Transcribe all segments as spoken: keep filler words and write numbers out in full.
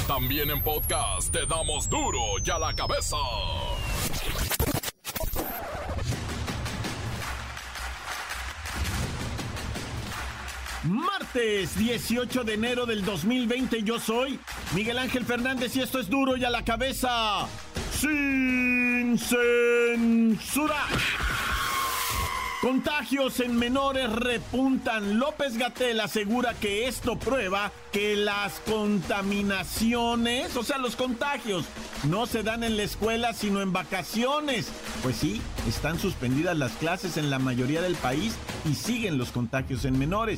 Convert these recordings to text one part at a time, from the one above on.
También en podcast te damos duro y a la cabeza. Martes dieciocho de enero del dos mil veinte, yo soy Miguel Ángel Fernández y esto es Duro y a la Cabeza, sin censura. Contagios en menores repuntan. López-Gatell asegura que esto prueba que las contaminaciones, o sea, los contagios, no se dan en la escuela sino en vacaciones. Pues sí, están suspendidas las clases en la mayoría del país y siguen los contagios en menores.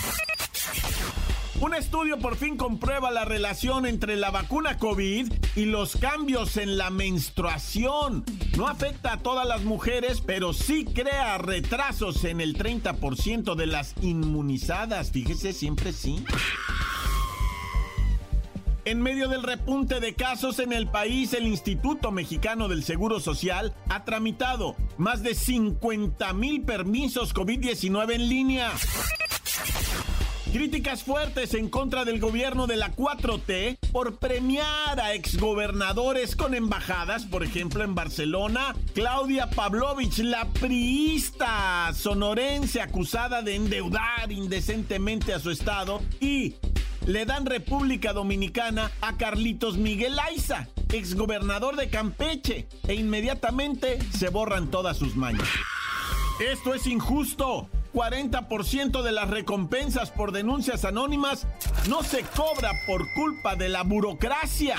Un estudio por fin comprueba la relación entre la vacuna COVID y los cambios en la menstruación. No afecta a todas las mujeres, pero sí crea retrasos en el treinta por ciento de las inmunizadas. Fíjese, siempre sí. En medio del repunte de casos en el país, el Instituto Mexicano del Seguro Social ha tramitado más de cincuenta mil permisos COVID diecinueve en línea. Críticas fuertes en contra del gobierno de la cuatro T por premiar a exgobernadores con embajadas, por ejemplo en Barcelona, Claudia Pavlovich, la priista sonorense acusada de endeudar indecentemente a su estado, y le dan República Dominicana a Carlitos Miguel Aiza, exgobernador de Campeche, e inmediatamente se borran todas sus mañas. Esto es injusto. cuarenta por ciento de las recompensas por denuncias anónimas no se cobra por culpa de la burocracia.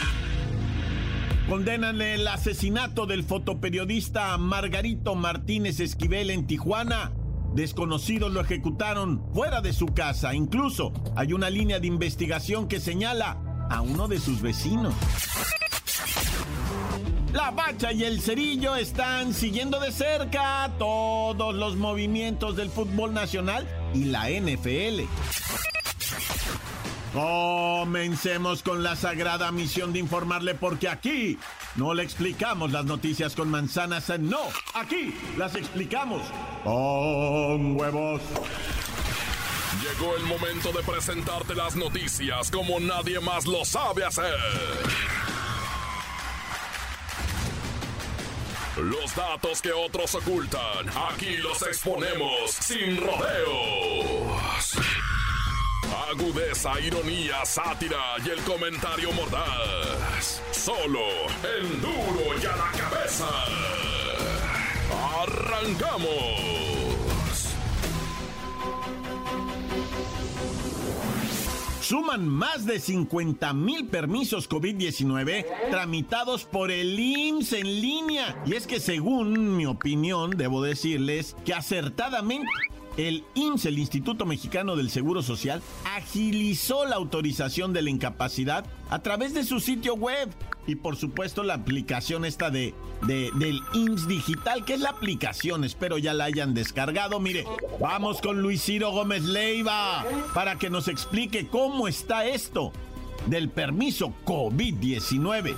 Condenan el asesinato del fotoperiodista Margarito Martínez Esquivel en Tijuana. Desconocidos lo ejecutaron fuera de su casa. Incluso hay una línea de investigación que señala a uno de sus vecinos. La Bacha y el Cerillo están siguiendo de cerca todos los movimientos del fútbol nacional y la N F L. Comencemos con la sagrada misión de informarle, porque aquí no le explicamos las noticias con manzanas, no, aquí las explicamos con huevos. Llegó el momento de presentarte las noticias como nadie más lo sabe hacer. Los datos que otros ocultan, aquí los exponemos sin rodeos. Agudeza, ironía, sátira y el comentario mordaz. Solo en Duro y a la Cabeza. ¡Arrancamos! Suman más de cincuenta mil permisos COVID diecinueve tramitados por el I M S S en línea. Y es que, según mi opinión, debo decirles que acertadamente el I M S S, el Instituto Mexicano del Seguro Social, agilizó la autorización de la incapacidad a través de su sitio web. Y por supuesto la aplicación esta de, de del I M S S Digital, que es la aplicación, espero ya la hayan descargado. Mire, vamos con Luis Ciro Gómez Leiva para que nos explique cómo está esto del permiso COVID diecinueve.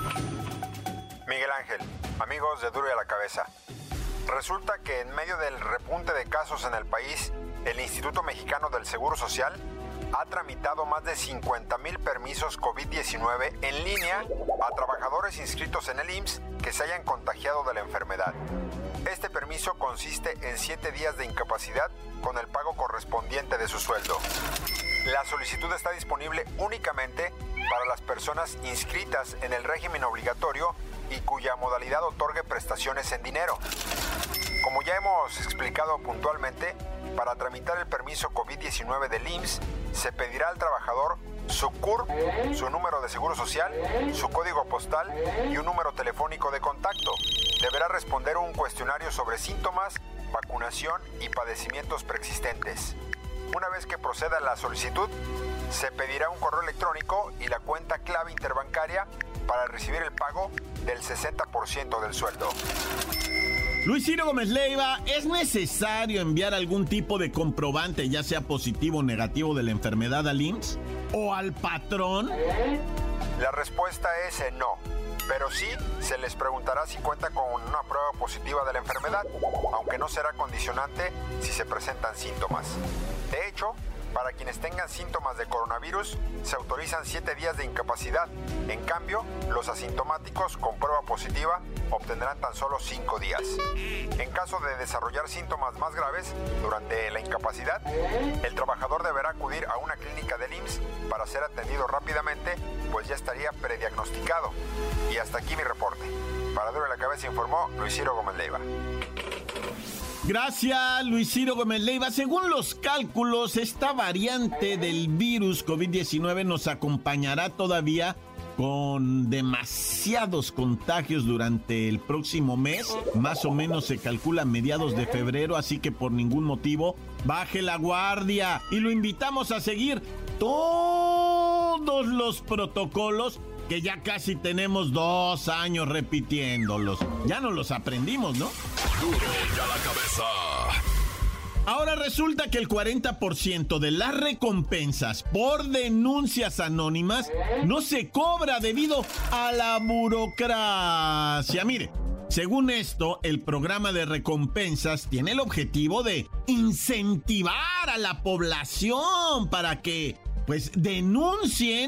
Miguel Ángel, amigos de Duro y a la Cabeza. Resulta que en medio del repunte de casos en el país, el Instituto Mexicano del Seguro Social ha tramitado más de cincuenta mil permisos COVID diecinueve en línea a trabajadores inscritos en el I M S S que se hayan contagiado de la enfermedad. Este permiso consiste en siete días de incapacidad con el pago correspondiente de su sueldo. La solicitud está disponible únicamente para las personas inscritas en el régimen obligatorio y cuya modalidad otorgue prestaciones en dinero. Como ya hemos explicado puntualmente, para tramitar el permiso COVID diecinueve del I M S S se pedirá al trabajador su C U R P, su número de seguro social, su código postal y un número telefónico de contacto. Deberá responder un cuestionario sobre síntomas, vacunación y padecimientos preexistentes. Una vez que proceda la solicitud, se pedirá un correo electrónico y la cuenta clave interbancaria para recibir el pago del sesenta por ciento del sueldo. Luis Ciro Gómez Leiva, ¿es necesario enviar algún tipo de comprobante, ya sea positivo o negativo, de la enfermedad al I M S S o al patrón? La respuesta es eh, no, pero sí se les preguntará si cuenta con una prueba positiva de la enfermedad, aunque no será condicionante si se presentan síntomas. De hecho, Para quienes tengan síntomas de coronavirus, se autorizan siete días de incapacidad. En cambio, los asintomáticos con prueba positiva obtendrán tan solo cinco días. En caso de desarrollar síntomas más graves durante la incapacidad, el trabajador deberá acudir a una clínica del I M S S para ser atendido rápidamente, pues ya estaría prediagnosticado. Y hasta aquí mi reporte. Para Duro de la Cabeza informó Luis Ciro Gómez Leiva. Gracias, Luis Ciro Gómez Leiva. Según los cálculos, esta variante del virus COVID diecinueve nos acompañará todavía con demasiados contagios durante el próximo mes. Más o menos se calcula a mediados de febrero, así que por ningún motivo baje la guardia. Y lo invitamos a seguir todos los protocolos que ya casi tenemos dos años repitiéndolos. Ya nos los aprendimos, ¿no? Duro ya la cabeza. Ahora resulta que el cuarenta por ciento de las recompensas por denuncias anónimas no se cobra debido a la burocracia. Mire, según esto, el programa de recompensas tiene el objetivo de incentivar a la población para que, pues, denuncien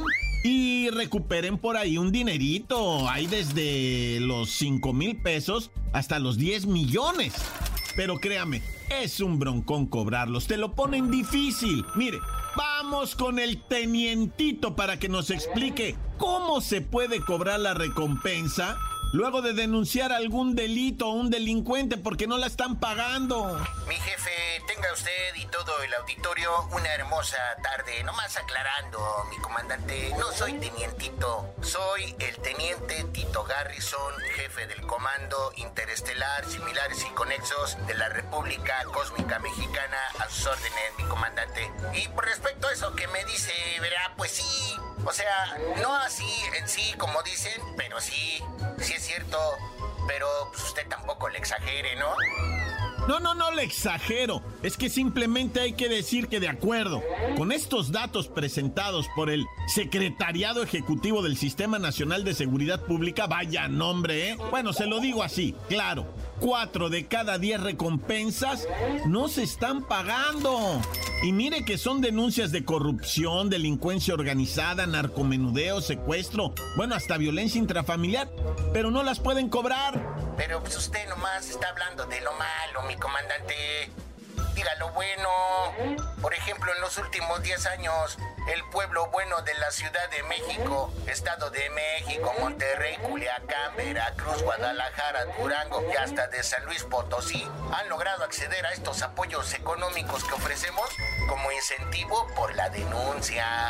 y recuperen por ahí un dinerito. Hay desde los cinco mil pesos hasta los diez millones. Pero créame, es un broncón cobrarlos, te lo ponen difícil. Mire, vamos con el tenientito para que nos explique cómo se puede cobrar la recompensa luego de denunciar algún delito o un delincuente porque no la están pagando. Mi jefe, tenga usted y todo el auditorio una hermosa tarde. Nomás aclarando, mi comandante, no soy tenientito, soy el teniente Tito Garrison, jefe del Comando Interestelar, Similares y Conexos de la República Cósmica Mexicana, a sus órdenes, mi comandante. Y por respecto a eso que me dice, verá, pues sí, o sea, no así en sí como dicen, pero sí, sí es cierto, pero pues usted tampoco le exagere, ¿no? No, no, no le exagero. Es que simplemente hay que decir que de acuerdo con estos datos presentados por el Secretariado Ejecutivo del Sistema Nacional de Seguridad Pública, vaya nombre, ¿eh? Bueno, se lo digo así, claro. Cuatro de cada diez recompensas no se están pagando. Y mire que son denuncias de corrupción, delincuencia organizada, narcomenudeo, secuestro, bueno, hasta violencia intrafamiliar, pero no las pueden cobrar. Pero pues usted nomás está hablando de lo malo, mi comandante. Diga lo bueno. Por ejemplo, en los últimos diez años, el pueblo bueno de la Ciudad de México, Estado de México, Monterrey, Culiacán, Veracruz, Guadalajara, Durango y hasta de San Luis Potosí han logrado acceder a estos apoyos económicos que ofrecemos como incentivo por la denuncia.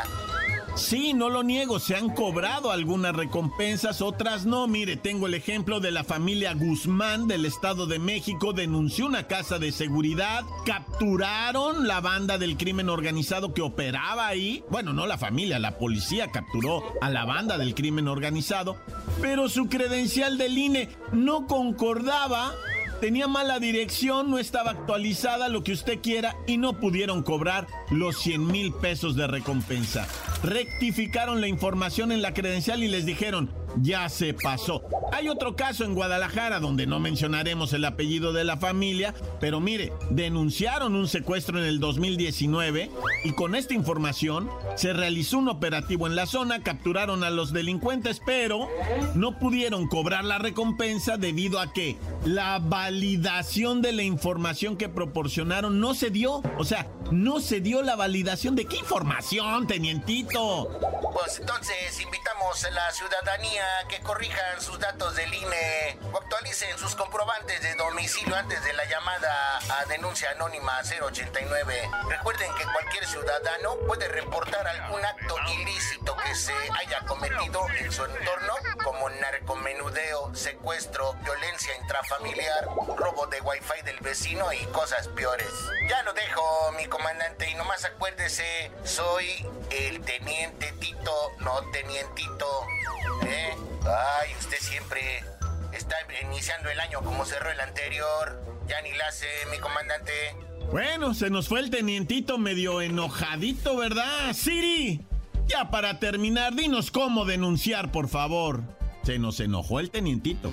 Sí, no lo niego, se han cobrado algunas recompensas, otras no. Mire, tengo el ejemplo de la familia Guzmán del Estado de México, denunció una casa de seguridad, capturaron la banda del crimen organizado que operaba ahí. Bueno, no la familia, la policía capturó a la banda del crimen organizado, pero su credencial del I N E no concordaba. Tenía mala dirección, no estaba actualizada, lo que usted quiera, y no pudieron cobrar los cien mil pesos de recompensa. Rectificaron la información en la credencial y les dijeron, ya se pasó. Hay otro caso en Guadalajara donde no mencionaremos el apellido de la familia, pero mire, denunciaron un secuestro en el dos mil diecinueve y con esta información se realizó un operativo en la zona, capturaron a los delincuentes, pero no pudieron cobrar la recompensa debido a que la validación de la información que proporcionaron no se dio. O sea, no se dio la validación. ¿De qué información, tenientito? Pues entonces invitamos a la ciudadanía que corrijan sus datos del I N E o actualicen sus comprobantes de domicilio antes de la llamada a denuncia anónima cero ochenta y nueve. Recuerden que cualquier ciudadano puede reportar algún acto ilícito que se haya cometido en su entorno, como narcomenudeo, secuestro, violencia intrafamiliar, robo de wifi del vecino y cosas peores. Ya lo dejo, mi comandante, y nomás acuérdese, soy el teniente Tito, no tenientito. ¿Eh? Ay, usted siempre está iniciando el año como cerró el anterior. Ya ni la hace, mi comandante. Bueno, se nos fue el tenientito medio enojadito, ¿verdad? Siri, ya para terminar, dinos cómo denunciar, por favor. Se nos enojó el tenientito.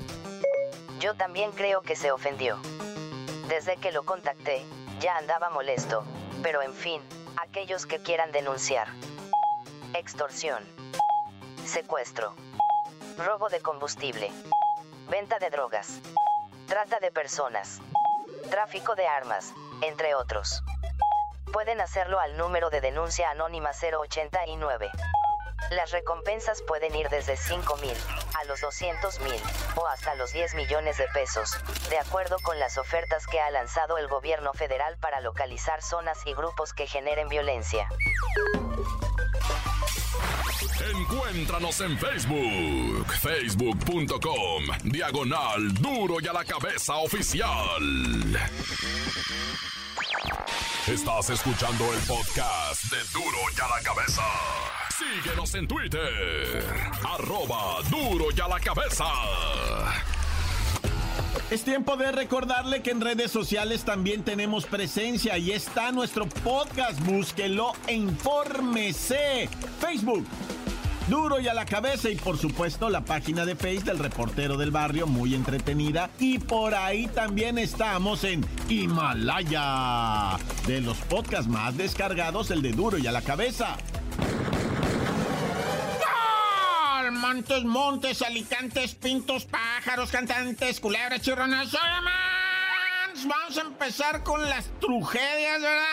Yo también creo que se ofendió. Desde que lo contacté, ya andaba molesto, pero en fin, aquellos que quieran denunciar. Extorsión, secuestro, robo de combustible, venta de drogas, trata de personas, tráfico de armas, entre otros. Pueden hacerlo al número de denuncia anónima cero ochenta y nueve. Las recompensas pueden ir desde cinco mil a los doscientos mil o hasta los diez millones de pesos, de acuerdo con las ofertas que ha lanzado el gobierno federal para localizar zonas y grupos que generen violencia. Encuéntranos en Facebook, facebook punto com, diagonal Duro y a la Cabeza Oficial. Estás escuchando el podcast de Duro y a la Cabeza. Síguenos en Twitter, arroba Duro y a la Cabeza. Es tiempo de recordarle que en redes sociales también tenemos presencia y está nuestro podcast. Búsquelo e infórmese. Facebook, Duro y a la Cabeza, y por supuesto la página de Face del Reportero del Barrio, muy entretenida. Y por ahí también estamos en Himalaya. De los podcasts más descargados, el de Duro y a la Cabeza. Montes, montes, alicantes, pintos, pájaros, cantantes, culebras, chirronas. Oye, mans, vamos a empezar con las tragedias, ¿verdad?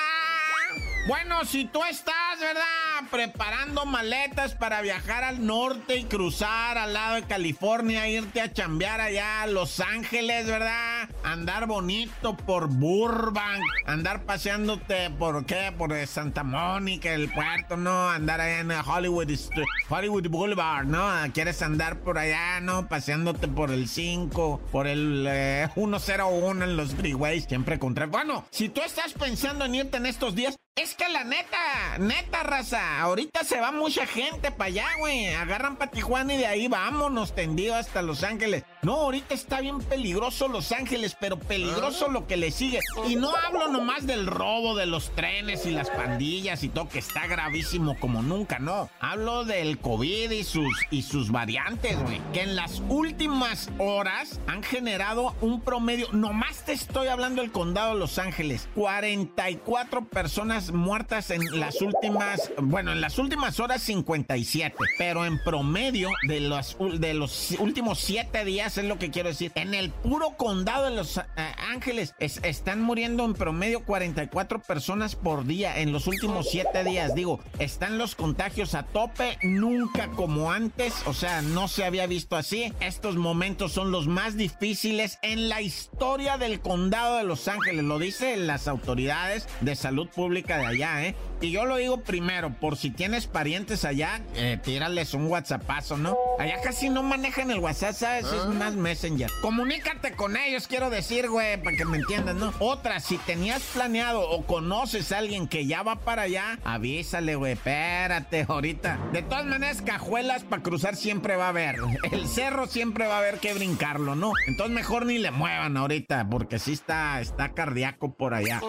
Bueno, si tú estás, ¿verdad?, preparando maletas para viajar al norte y cruzar al lado de California, irte a chambear allá a Los Ángeles, ¿verdad? Andar bonito por Burbank, andar paseándote por, ¿qué? Por Santa Mónica, el puerto, ¿no? Andar allá en Hollywood, Hollywood Boulevard, ¿no? ¿Quieres andar por allá, no? Paseándote por el cinco, por el eh, ciento uno en los freeways, siempre contra... Bueno, si tú estás pensando en irte en estos días, es que la neta, neta, raza, ahorita se va mucha gente para allá, güey. Agarran pa' Tijuana y de ahí vámonos tendido hasta Los Ángeles. No, ahorita está bien peligroso Los Ángeles, pero peligroso ¿Ah? Lo que le sigue. Y no hablo nomás del robo de los trenes y las pandillas y todo, que está gravísimo como nunca, no. Hablo del COVID y sus, y sus variantes, güey. Que en las últimas horas han generado un promedio, nomás te estoy hablando del condado de Los Ángeles, cuarenta y cuatro personas muertas en las últimas, bueno, en las últimas horas cincuenta y siete, pero en promedio de los, de los últimos siete días, es lo que quiero decir, en el puro condado de Los uh, Ángeles es, están muriendo en promedio cuarenta y cuatro personas por día en los últimos siete días. Digo, están los contagios a tope, nunca como antes, o sea, no se había visto así. Estos momentos son los más difíciles en la historia del condado de Los Ángeles, lo dicen las autoridades de salud pública de allá, ¿eh? Y yo lo digo primero, por si tienes parientes allá, eh, tírales un WhatsAppazo, ¿no? Allá casi no manejan el WhatsApp, ¿sabes? ¿Ah? Es más Messenger. Comunícate con ellos, quiero decir, güey, para que me entiendan, ¿no? Otra, si tenías planeado o conoces a alguien que ya va para allá, avísale, güey, espérate, ahorita. De todas maneras, cajuelas para cruzar siempre va a haber. El cerro siempre va a haber que brincarlo, ¿no? Entonces mejor ni le muevan ahorita, porque sí está, está cardíaco por allá.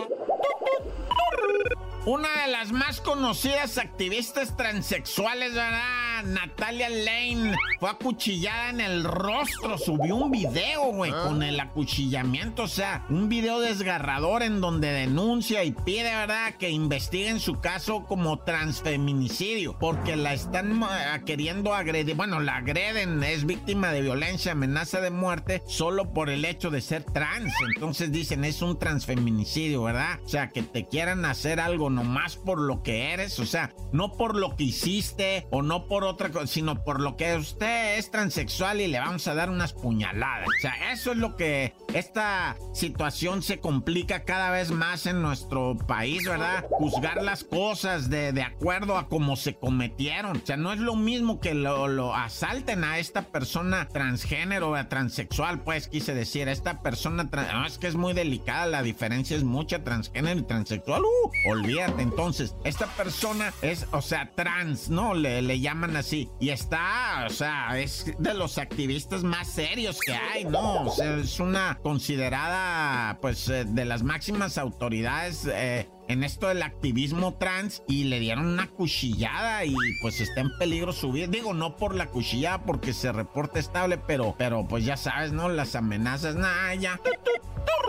Una de las más conocidas activistas transexuales, ¿verdad?, Natalia Lane, fue acuchillada en el rostro. Subió un video, güey, ¿Ah? con el acuchillamiento. O sea, un video desgarrador en donde denuncia y pide, ¿verdad?, que investiguen su caso como transfeminicidio, porque la están uh, queriendo agredir. Bueno, la agreden, es víctima de violencia, amenaza de muerte, solo por el hecho de ser trans. Entonces dicen, es un transfeminicidio, ¿verdad? O sea, que te quieran hacer algo nomás por lo que eres, o sea, no por lo que hiciste o no por otra cosa, sino por lo que usted es transexual y le vamos a dar unas puñaladas. O sea, eso es lo que esta situación se complica cada vez más en nuestro país, ¿verdad? Juzgar las cosas de, de acuerdo a cómo se cometieron. O sea, no es lo mismo que lo, lo asalten a esta persona transgénero, a transexual, pues quise decir, esta persona trans... No, es que es muy delicada, la diferencia es mucha, transgénero y transexual. Uh, olvídate. Entonces, esta persona es, o sea, trans, ¿no? Le, le llaman así. Y está, o sea, es de los activistas más serios que hay, ¿no? O sea, es una considerada, pues, eh, de las máximas autoridades eh, en esto del activismo trans, y le dieron una cuchillada y pues está en peligro su vida. Digo, no por la cuchillada, porque se reporta estable, pero, pero pues ya sabes, ¿no? Las amenazas, nah, ya.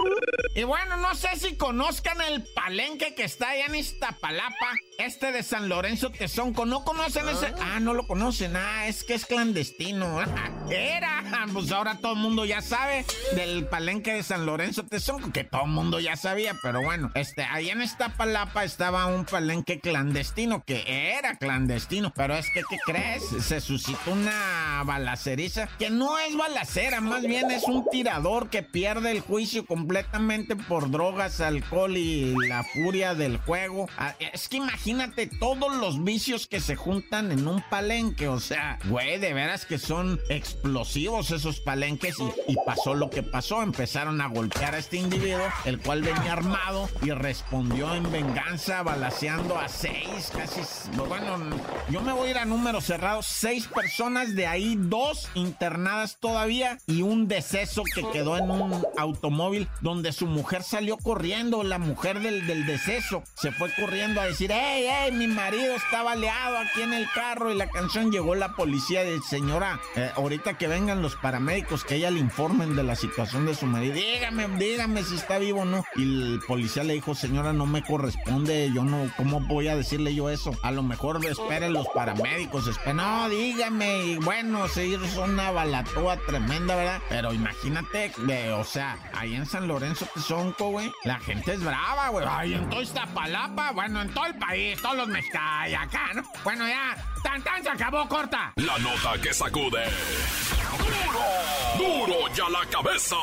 Y bueno, no sé si conozcan el palenque que está allá en Iztapalapa, este de San Lorenzo Tezonco. ¿No conocen ese? Ah, no lo conocen. Ah, es que es clandestino. Era, pues ahora todo el mundo ya sabe del palenque de San Lorenzo Tezonco, que todo el mundo ya sabía, pero bueno, este, allá en Iztapalapa estaba un palenque clandestino, que era clandestino, pero es que, ¿qué crees? Se suscitó una balaceriza, que no es balacera, más bien es un tirador que pierde el juicio completamente por drogas, alcohol y la furia del juego. Es que imagínate todos los vicios que se juntan en un palenque, o sea, güey, de veras que son explosivos esos palenques, y, y pasó lo que pasó. Empezaron a golpear a este individuo, el cual venía armado, y respondió en venganza balaceando a seis, casi, bueno, yo me voy a ir a números cerrados, seis personas, de ahí dos internadas todavía y un deceso que quedó en un automóvil donde su mujer salió corriendo. La mujer del, del deceso se fue corriendo a decir: ¡Ey, ey, mi marido está baleado aquí en el carro! Y la canción, llegó la policía de: señora, eh, ahorita que vengan los paramédicos, que ella le informen de la situación de su marido. Dígame, dígame si está vivo o no. Y el policía le dijo: señora, no me corresponde, yo no, ¿cómo voy a decirle yo eso? A lo mejor esperen los paramédicos, esperen. No, dígame. Y bueno, se hizo una balatoa tremenda, ¿verdad? Pero imagínate, eh, o sea, ahí en San Lorenzo Tezonco, güey, la gente es brava, güey. Ay, en todo Iztapalapa, bueno, en todo el país, todos los mexicanos, acá, ¿no? Bueno, ya, tan tan, se acabó, corta. La nota que sacude. ¡Duro! ¡Duro ya la cabeza!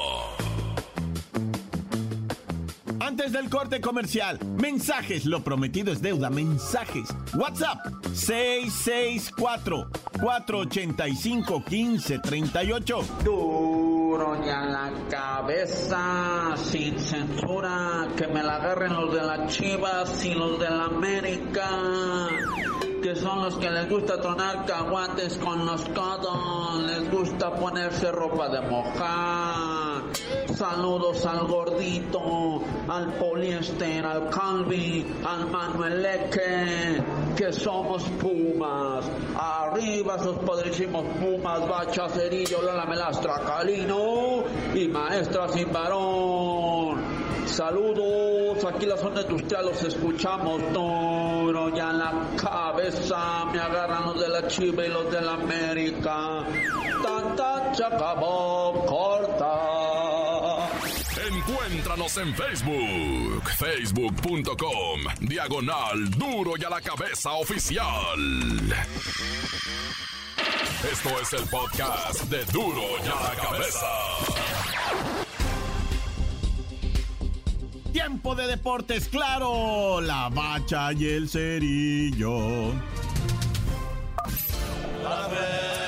Antes del corte comercial, mensajes, lo prometido es deuda, mensajes. WhatsApp, seis seis cuatro, cuatro ocho cinco, uno cinco tres ocho. Duro ya la cabeza, sin censura, que me la agarren los de las Chivas y los de la América, que son los que les gusta tronar caguates con los codos, les gusta ponerse ropa de mojar. Saludos al gordito, al poliéster, al Calvi, al Manueleque, que somos Pumas. Arriba esos padrísimos Pumas, Bacha, Cerillo, Lola Melastra, Calino y Maestra Sin Varón. Saludos, aquí la zona industrial, los escuchamos. Duro ya en la cabeza, me agarran los de la Chiva y los de la América. Tanta chacabó, corta. Encuéntranos en Facebook, facebook punto com, diagonal Duro y a la Cabeza Oficial. Esto es el podcast de Duro y a la Cabeza. Tiempo de deportes, claro, la Bacha y el Cerillo. A ver.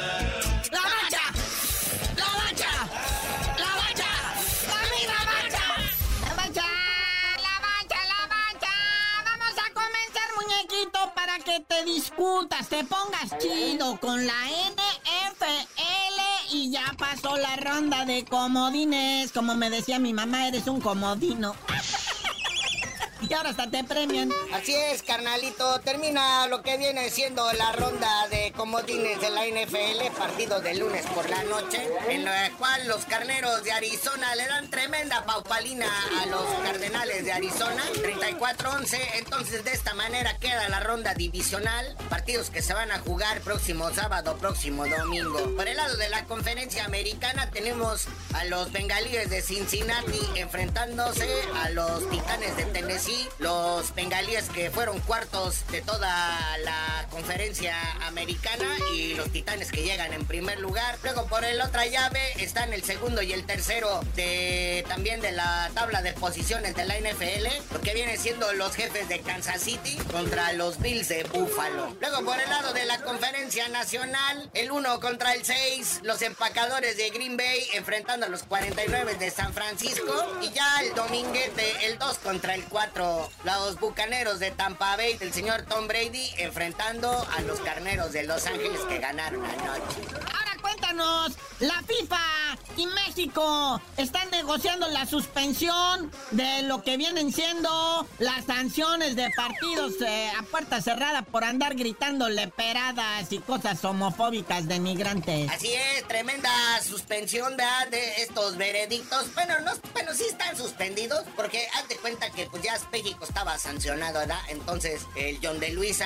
Te discutas, te pongas chido con la N F L y ya pasó la ronda de comodines. Como me decía mi mamá, eres un comodino. Y ahora hasta te premian. Así es, carnalito. Termina lo que viene siendo la ronda de comodines de la N F L, partido de lunes por la noche, en la cual los carneros de Arizona le dan tremenda paupalina a los Cardenales de Arizona, treinta y cuatro a once. Entonces, de esta manera queda la ronda divisional, partidos que se van a jugar próximo sábado, próximo domingo. Por el lado de la conferencia americana tenemos a los Bengalíes de Cincinnati enfrentándose a los Titanes de Tennessee. Los Bengalíes que fueron cuartos de toda la conferencia americana y los Titanes que llegan en primer lugar. Luego por la otra llave están el segundo y el tercero de también de la tabla de posiciones de la N F L, lo que viene siendo los Jefes de Kansas City contra los Bills de Buffalo. Luego por el lado de la conferencia nacional, el uno contra el seis, los Empacadores de Green Bay enfrentando a los cuarenta y nueve de San Francisco, y ya el dominguete el dos contra el cuatro, los Bucaneros de Tampa Bay del señor Tom Brady enfrentando a los Carneros de Los Ángeles que ganaron anoche. Ahora cuenta cuéntanos, la FIFA y México están negociando la suspensión de lo que vienen siendo las sanciones de partidos eh, a puerta cerrada por andar gritando leperadas y cosas homofóbicas de migrantes. Así es, tremenda suspensión, ¿verdad?, de estos veredictos. Bueno, no, bueno, sí están suspendidos, porque haz de cuenta que pues ya México estaba sancionado, ¿verdad? Entonces, el John de Luisa,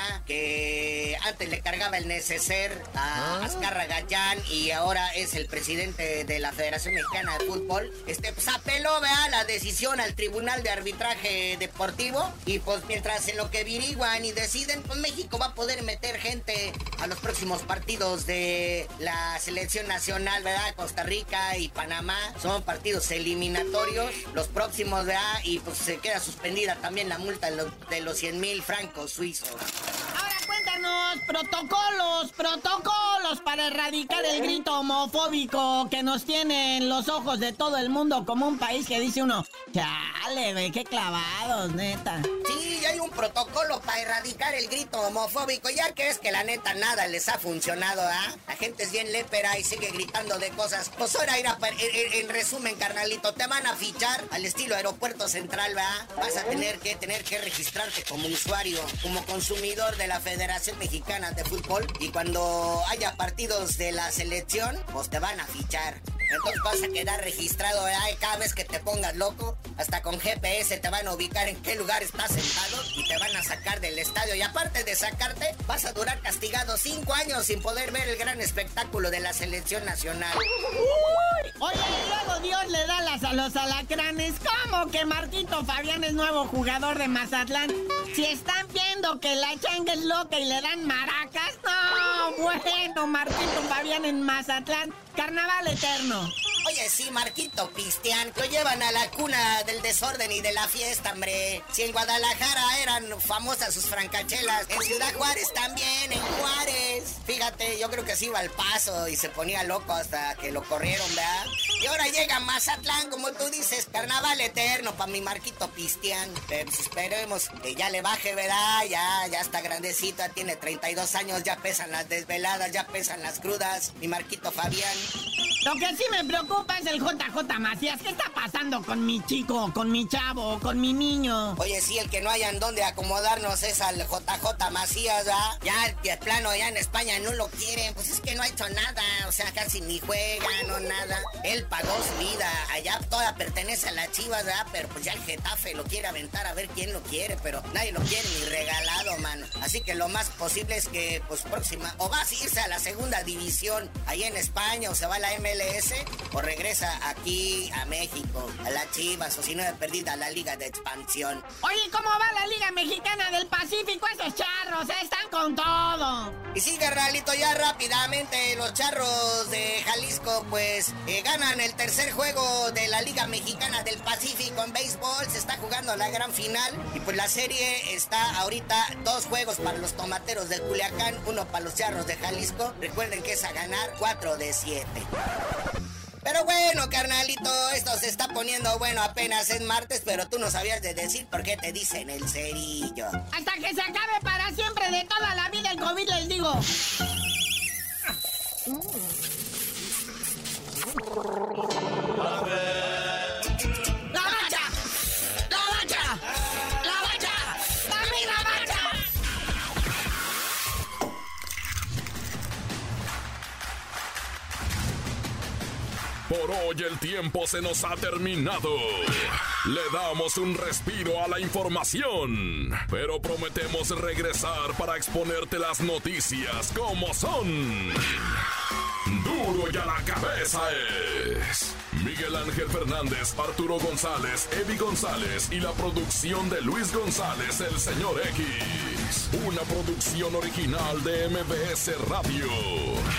que antes le cargaba el neceser a ¿Ah? Azcarra Gallán y ahora es el presidente de la Federación Mexicana de Fútbol, este, pues apeló, ¿verdad?, la decisión al Tribunal de Arbitraje Deportivo, y pues mientras en lo que averiguan y deciden, pues México va a poder meter gente a los próximos partidos de la selección nacional, ¿verdad? Costa Rica y Panamá son partidos eliminatorios, los próximos, ¿verdad? Y pues se queda suspendida también la multa de los cien mil francos suizos. Ahora cuéntanos, protocolos, protocolos para erradicar el grito homofóbico que nos tiene en los ojos de todo el mundo como un país que dice uno, chale, ve, qué clavados, neta. Sí, hay un protocolo para erradicar el grito homofóbico, ya que es que la neta nada les ha funcionado, ¿ah? La gente es bien lépera y sigue gritando de cosas. Pues ahora, ir a, en, en resumen, carnalito, te van a fichar al estilo Aeropuerto Central, ¿verdad? Vas a tener que tener que registrarte como usuario, como consumidor de la Federación Mexicana de Fútbol, y cuando haya partidos de la selección, pues te van a fichar. Entonces vas a quedar registrado, ¿verdad? Y cada vez que te pongas loco, hasta con G P S te van a ubicar en qué lugar estás sentado y te van a sacar del estadio. Y aparte de sacarte, vas a durar castigado cinco años sin poder ver el gran espectáculo de la selección nacional. Uy, oye, y luego Dios le da las a los alacranes. ¿Cómo que Marquito Fabián es nuevo jugador de Mazatlán? Si están viendo que la changa es loca y le dan maracas, no, bueno, Marquito Fabián en Mazatlán, carnaval eterno. Oye, sí, Marquito Pistián, lo llevan a la cuna del desorden y de la fiesta, hombre. Si en Guadalajara eran famosas sus francachelas, en Ciudad Juárez también, en Juárez. Fíjate, yo creo que se iba al Paso y se ponía loco hasta que lo corrieron, ¿verdad? Y ahora llega Mazatlán, como tú dices, carnaval eterno para mi Marquito Pistián. Eh, pues esperemos que ya le baje, ¿verdad? Ya, ya está grandecita, tiene treinta y dos años, ya pesan las desveladas, ya pesan las crudas, mi Marquito Fabián. Lo que sí me preocupa es el J J Macías. ¿Qué está pasando con mi chico, con mi chavo, con mi niño? Oye, sí, el que no hayan dónde acomodarnos es al J J Macías, ¿verdad? Ya, de plano, ya en España no lo quieren. Pues es que no ha hecho nada, o sea, casi ni juega, no nada. Él pagó su vida, allá toda pertenece a la Chivas, ¿verdad? Pero pues ya el Getafe lo quiere aventar a ver quién lo quiere, pero nadie lo quiere ni regalado, mano. Así que lo más posible es que, pues, próxima, o va a irse a la segunda división, ahí en España, o se va a la M L S, o regresa aquí a México, a la Chivas, o si no de perdida a la Liga de Expansión. Oye, ¿cómo va la Liga Mexicana del Pacífico? Esos charros, ¿eh? Están con todo. Y sí, carnalito, ya rápidamente, los Charros de Jalisco, pues, eh, ganan el tercer juego de la Liga Mexicana del Pacífico en béisbol. Se está jugando la gran final, y pues la serie está ahorita dos juegos para los Tomateros de Culiacán, uno para los Charros de Jalisco. Recuerden que es a ganar cuatro de siete. Pero bueno, carnalito, esto se está poniendo bueno, apenas es martes, pero tú no sabías de decir por qué te dicen el cerillo. Hasta que se acabe para siempre de toda la vida el COVID, les digo. ¡La bacha! ¡La bacha! ¡La bacha! ¡Dame la bacha! Por hoy el tiempo se nos ha terminado. Le damos un respiro a la información, pero prometemos regresar para exponerte las noticias como son. Duro y a la cabeza es Miguel Ángel Fernández, Arturo González, Evi González y la producción de Luis González, el señor X. Una producción original de M B S Radio.